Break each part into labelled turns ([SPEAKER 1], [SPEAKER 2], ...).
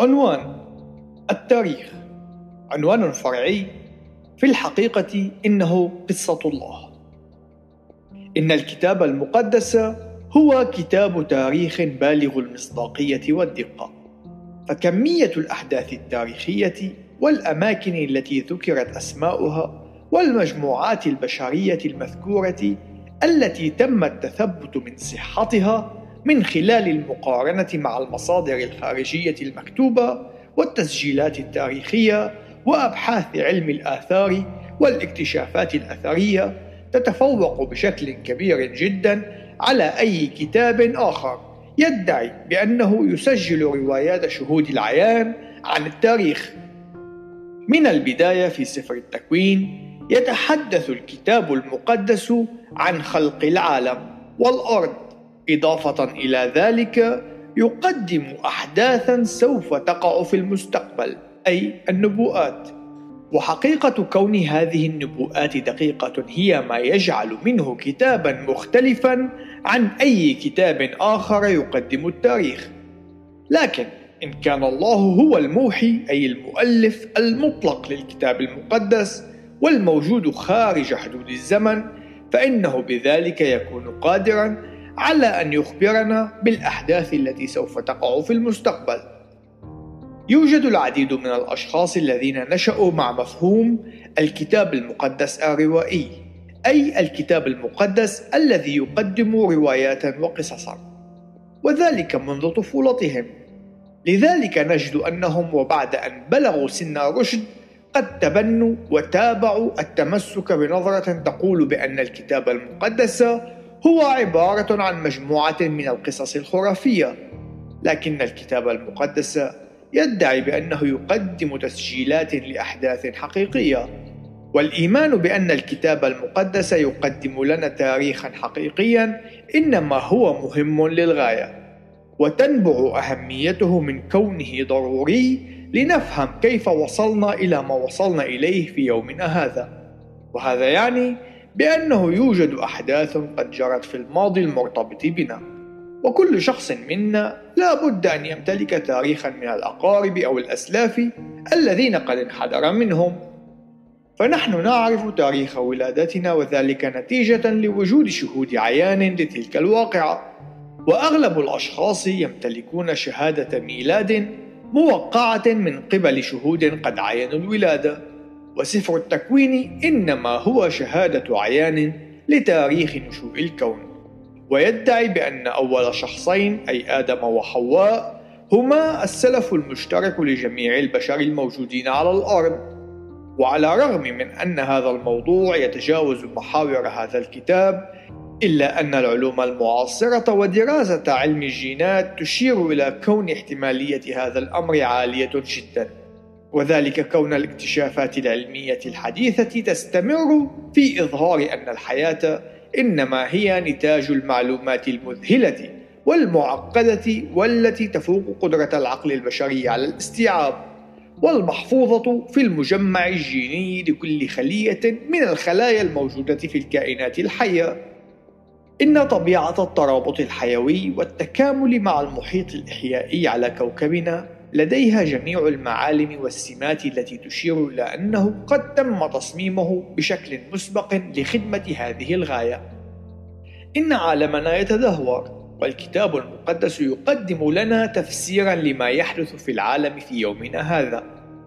[SPEAKER 1] عنوان: التاريخ. عنوان فرعي، في الحقيقة إنه قصة الله. إن الكتاب المقدس هو كتاب تاريخ بالغ المصداقية والدقة، فكمية الأحداث التاريخية والأماكن التي ذكرت أسماؤها والمجموعات البشرية المذكورة التي تم التثبت من صحتها من خلال المقارنة مع المصادر الخارجية المكتوبة والتسجيلات التاريخية وأبحاث علم الآثار والاكتشافات الأثرية، تتفوق بشكل كبير جدا على أي كتاب آخر يدعي بأنه يسجل روايات شهود العيان عن التاريخ. من البداية في سفر التكوين يتحدث الكتاب المقدس عن خلق العالم والأرض، إضافة إلى ذلك يقدم أحداثاً سوف تقع في المستقبل، أي النبوءات. وحقيقة كون هذه النبوءات دقيقة هي ما يجعل منه كتاباً مختلفاً عن أي كتاب آخر يقدم التاريخ. لكن إن كان الله هو الموحي، أي المؤلف المطلق للكتاب المقدس والموجود خارج حدود الزمن، فإنه بذلك يكون قادراً على أن يخبرنا بالأحداث التي سوف تقع في المستقبل. يوجد العديد من الأشخاص الذين نشأوا مع مفهوم الكتاب المقدس الروائي، أي الكتاب المقدس الذي يقدم روايات وقصصا، وذلك منذ طفولتهم. لذلك نجد أنهم وبعد أن بلغوا سن الرشد قد تبنوا وتابعوا التمسك بنظرة تقول بأن الكتاب المقدس هو عبارة عن مجموعة من القصص الخرافية، لكن الكتاب المقدس يدعي بأنه يقدم تسجيلات لأحداث حقيقية. والإيمان بأن الكتاب المقدس يقدم لنا تاريخا حقيقيا إنما هو مهم للغاية، وتنبع أهميته من كونه ضروري لنفهم كيف وصلنا إلى ما وصلنا إليه في يومنا هذا. وهذا يعني بأنه يوجد أحداث قد جرت في الماضي المرتبط بنا، وكل شخص منا لا بد أن يمتلك تاريخا من الأقارب أو الأسلاف الذين قد انحدر منهم. فنحن نعرف تاريخ ولادتنا، وذلك نتيجة لوجود شهود عيان لتلك الواقعة، وأغلب الأشخاص يمتلكون شهادة ميلاد موقعة من قبل شهود قد عينوا الولادة. وسفر التكوين إنما هو شهادة عيان لتاريخ نشوء الكون، ويدعي بأن أول شخصين أي آدم وحواء هما السلف المشترك لجميع البشر الموجودين على الأرض. وعلى الرغم من أن هذا الموضوع يتجاوز محاور هذا الكتاب، إلا أن العلوم المعاصرة ودراسة علم الجينات تشير إلى كون احتمالية هذا الأمر عالية جدا، وذلك كون الاكتشافات العلمية الحديثة تستمر في إظهار أن الحياة إنما هي نتاج المعلومات المذهلة والمعقدة والتي تفوق قدرة العقل البشري على الاستيعاب، والمحفوظة في المجمع الجيني لكل خلية من الخلايا الموجودة في الكائنات الحية. إن طبيعة الترابط الحيوي والتكامل مع المحيط الإحيائي على كوكبنا لديها جميع المعالم والسمات التي تشير إلى أنه قد تم تصميمه بشكل مسبق لخدمة هذه الغاية. إن عالمنا يتدهور، والكتاب المقدس يقدم لنا تفسيرا لما يحدث في العالم في يومنا هذا.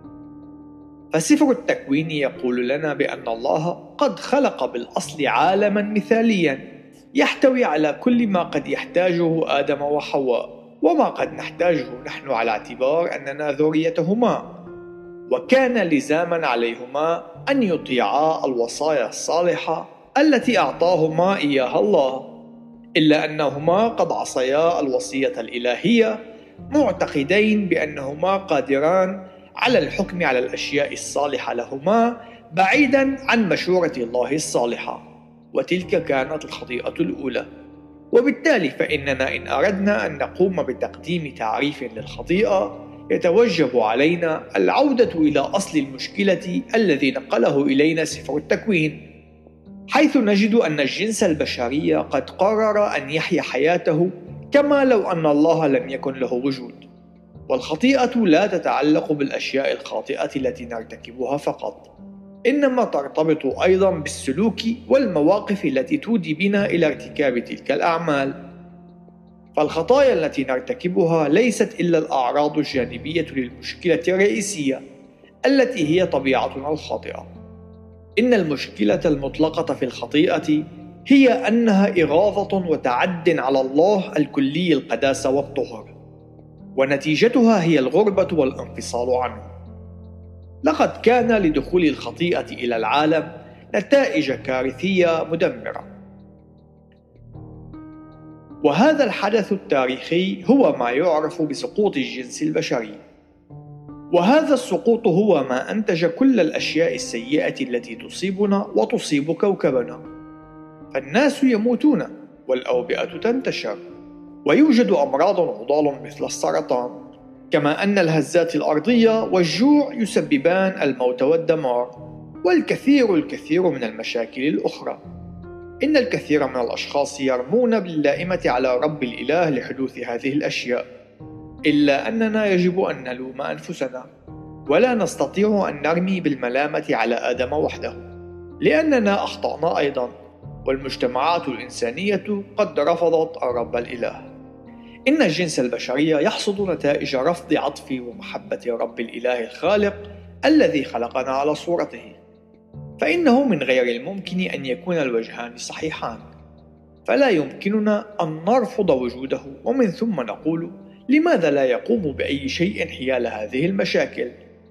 [SPEAKER 1] فسفر التكوين يقول لنا بأن الله قد خلق بالأصل عالما مثاليا يحتوي على كل ما قد يحتاجه آدم وحواء وما قد نحتاجه نحن، على اعتبار أننا ذريتهما، وكان لزاما عليهما أن يطيعا الوصايا الصالحة التي أعطاهما إياها الله، إلا أنهما قد عصيا الوصية الإلهية، معتقدين بأنهما قادران على الحكم على الأشياء الصالحة لهما بعيدا عن مشورة الله الصالحة، وتلك كانت الخطيئة الأولى. وبالتالي فإننا إن أردنا أن نقوم بتقديم تعريف للخطيئة يتوجب علينا العودة إلى أصل المشكلة الذي نقله إلينا سفر التكوين، حيث نجد أن الجنس البشري قد قرر أن يحيا حياته كما لو أن الله لم يكن له وجود. والخطيئة لا تتعلق بالأشياء الخاطئة التي نرتكبها فقط، إنما ترتبط أيضا بالسلوك والمواقف التي تودي بنا إلى ارتكاب تلك الأعمال. فالخطايا التي نرتكبها ليست إلا الأعراض الجانبية للمشكلة الرئيسية التي هي طبيعتنا الخاطئة. إن المشكلة المطلقة في الخطيئة هي أنها إغاظة وتعد على الله الكلي القداسة والطهر، ونتيجتها هي الغربة والانفصال عنه. لقد كان لدخول الخطيئة إلى العالم نتائج كارثية مدمرة، وهذا الحدث التاريخي هو ما يعرف بسقوط الجنس البشري. وهذا السقوط هو ما أنتج كل الأشياء السيئة التي تصيبنا وتصيب كوكبنا. فالناس يموتون، والأوبئة تنتشر، ويوجد أمراض عضال مثل السرطان، كما أن الهزات الأرضية والجوع يسببان الموت والدمار، والكثير من المشاكل الأخرى. إن الكثير من الأشخاص يرمون باللائمة على رب الإله لحدوث هذه الأشياء، إلا أننا يجب أن نلوم أنفسنا، ولا نستطيع أن نرمي بالملامة على آدم وحده، لأننا أخطأنا أيضا، والمجتمعات الإنسانية قد رفضت الرب الإله. إن الجنس البشري يحصد نتائج رفض عطف ومحبة رب الإله الخالق الذي خلقنا على صورته، فإنه من غير الممكن أن يكون الوجهان صحيحان، فلا يمكننا أن نرفض وجوده ومن ثم نقول لماذا لا يقوم بأي شيء حيال هذه المشاكل.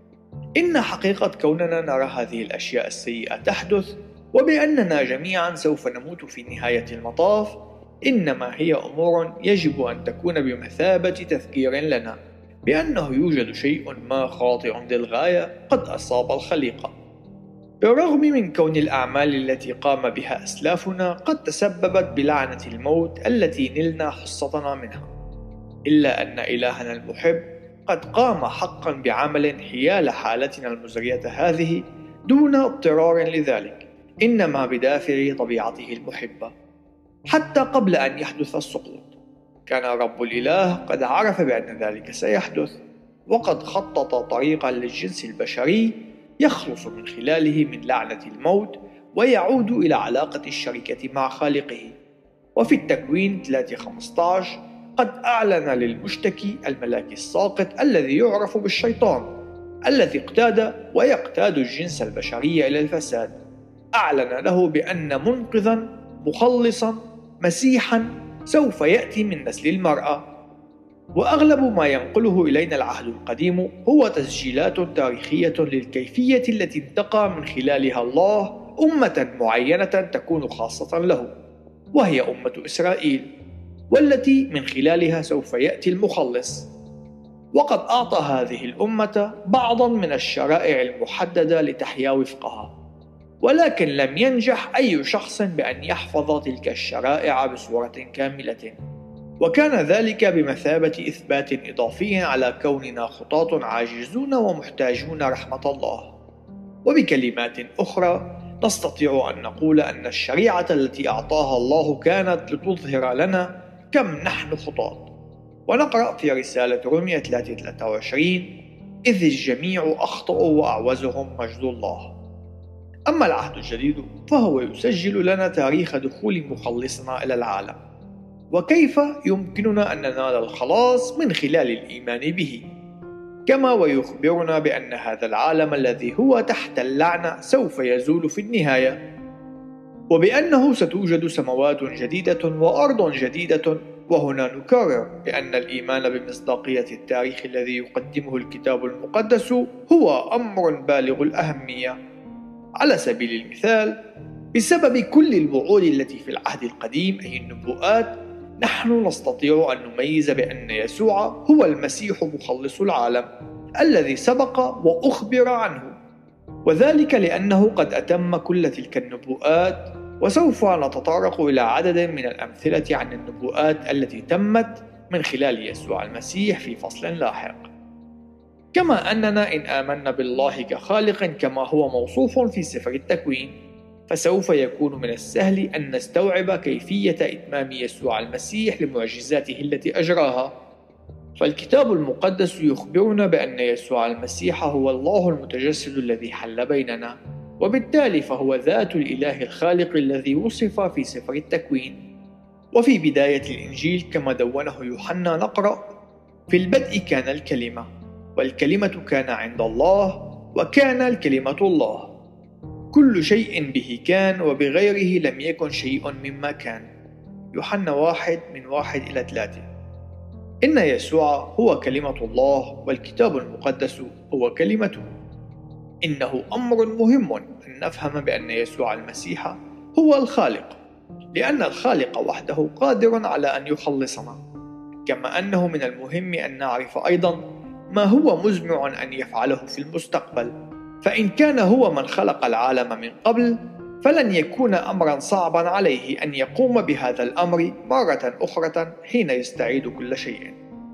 [SPEAKER 1] إن حقيقة كوننا نرى هذه الأشياء السيئة تحدث وبأننا جميعا سوف نموت في نهاية المطاف إنما هي أمور يجب أن تكون بمثابة تذكير لنا بأنه يوجد شيء ما خاطئ للغاية قد أصاب الخليقة. بالرغم من كون الأعمال التي قام بها أسلافنا قد تسببت بلعنة الموت التي نلنا حصتنا منها، إلا أن إلهنا المحب قد قام حقا بعمل حيال حالتنا المزرية هذه دون اضطرار لذلك، إنما بدافع طبيعته المحبة. حتى قبل أن يحدث السقوط كان رب الإله قد عرف بأن ذلك سيحدث، وقد خطط طريقا للجنس البشري يخلص من خلاله من لعنة الموت ويعود إلى علاقة الشركة مع خالقه. وفي التكوين 3:15 قد أعلن للمشتكي الملاك الساقط الذي يعرف بالشيطان الذي اقتاد ويقتاد الجنس البشري إلى الفساد، أعلن له بأن منقذا مخلصا مسيحا سوف يأتي من نسل المرأة. وأغلب ما ينقله إلينا العهد القديم هو تسجيلات تاريخية للكيفية التي انتقى من خلالها الله أمة معينة تكون خاصة له، وهي أمة إسرائيل، والتي من خلالها سوف يأتي المخلص. وقد أعطى هذه الأمة بعضا من الشرائع المحددة لتحيا وفقها، ولكن لم ينجح أي شخص بأن يحفظ تلك الشرائع بصورة كاملة، وكان ذلك بمثابة إثبات إضافي على كوننا خطاة عاجزون ومحتاجون رحمة الله. وبكلمات أخرى نستطيع أن نقول أن الشريعة التي أعطاها الله كانت لتظهر لنا كم نحن خطاة. ونقرأ في رسالة رومية 3:23 إذ الجميع أخطأوا وأعوزهم مجد الله. أما العهد الجديد فهو يسجل لنا تاريخ دخول مخلصنا إلى العالم، وكيف يمكننا أن ننال الخلاص من خلال الإيمان به، كما ويخبرنا بأن هذا العالم الذي هو تحت اللعنة سوف يزول في النهاية، وبأنه ستوجد سماوات جديدة وأرض جديدة. وهنا نكرر بأن الإيمان بمصداقية التاريخ الذي يقدمه الكتاب المقدس هو أمر بالغ الأهمية. على سبيل المثال، بسبب كل الوعود التي في العهد القديم أي النبوءات، نحن نستطيع أن نميز بأن يسوع هو المسيح مخلص العالم الذي سبق وأخبر عنه، وذلك لأنه قد أتم كل تلك النبوءات. وسوف نتطرق إلى عدد من الأمثلة عن النبوءات التي تمت من خلال يسوع المسيح في فصل لاحق. كما أننا إن آمنا بالله كخالق كما هو موصوف في سفر التكوين، فسوف يكون من السهل أن نستوعب كيفية إتمام يسوع المسيح لمعجزاته التي أجراها. فالكتاب المقدس يخبرنا بأن يسوع المسيح هو الله المتجسد الذي حل بيننا، وبالتالي فهو ذات الإله الخالق الذي وصف في سفر التكوين. وفي بداية الإنجيل كما دونه يوحنا نقرأ: في البدء كان الكلمة، والكلمة كان عند الله، وكان الكلمة الله. كل شيء به كان، وبغيره لم يكن شيء مما كان. يوحنا 1:1-3. إن يسوع هو كلمة الله، والكتاب المقدس هو كلمته. إنه أمر مهم أن نفهم بأن يسوع المسيح هو الخالق، لأن الخالق وحده قادر على أن يخلصنا. كما أنه من المهم أن نعرف أيضا ما هو مزمع أن يفعله في المستقبل، فإن كان هو من خلق العالم من قبل، فلن يكون أمرا صعبا عليه أن يقوم بهذا الأمر مرة أخرى حين يستعيد كل شيء.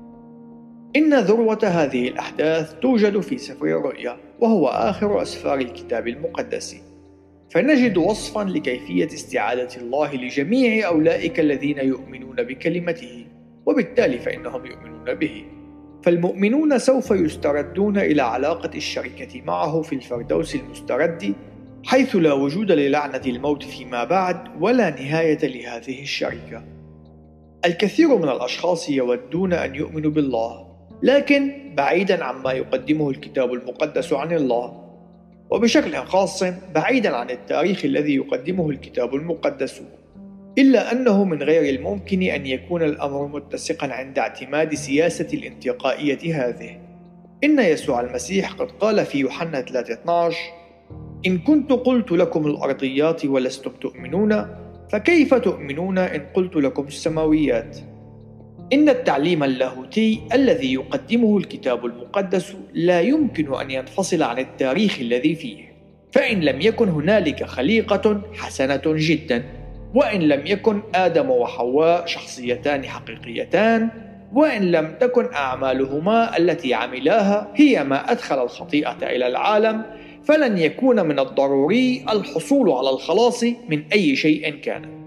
[SPEAKER 1] إن ذروة هذه الأحداث توجد في سفر الرؤيا، وهو آخر أسفار الكتاب المقدس، فنجد وصفا لكيفية استعادة الله لجميع أولئك الذين يؤمنون بكلمته، وبالتالي فإنهم يؤمنون به. فالمؤمنون سوف يستردون إلى علاقة الشركة معه في الفردوس المسترد، حيث لا وجود للعنة الموت فيما بعد ولا نهاية لهذه الشركة. الكثير من الأشخاص يودون أن يؤمنوا بالله، لكن بعيداً عما يقدمه الكتاب المقدس عن الله، وبشكل خاص بعيداً عن التاريخ الذي يقدمه الكتاب المقدس. إلا أنه من غير الممكن أن يكون الأمر متسقاً عند اعتماد سياسة الانتقائية هذه. إن يسوع المسيح قد قال في يوحنا 3:12: إن كنت قلت لكم الأرضيات ولستم تؤمنون، فكيف تؤمنون إن قلت لكم السماويات؟ إن التعليم اللاهوتي الذي يقدمه الكتاب المقدس لا يمكن أن ينفصل عن التاريخ الذي فيه، فإن لم يكن هنالك خليقة حسنة جدا، وإن لم يكن آدم وحواء شخصيتان حقيقيتان، وإن لم تكن أعمالهما التي عملاها هي ما أدخل الخطيئة إلى العالم، فلن يكون من الضروري الحصول على الخلاص من أي شيء كان.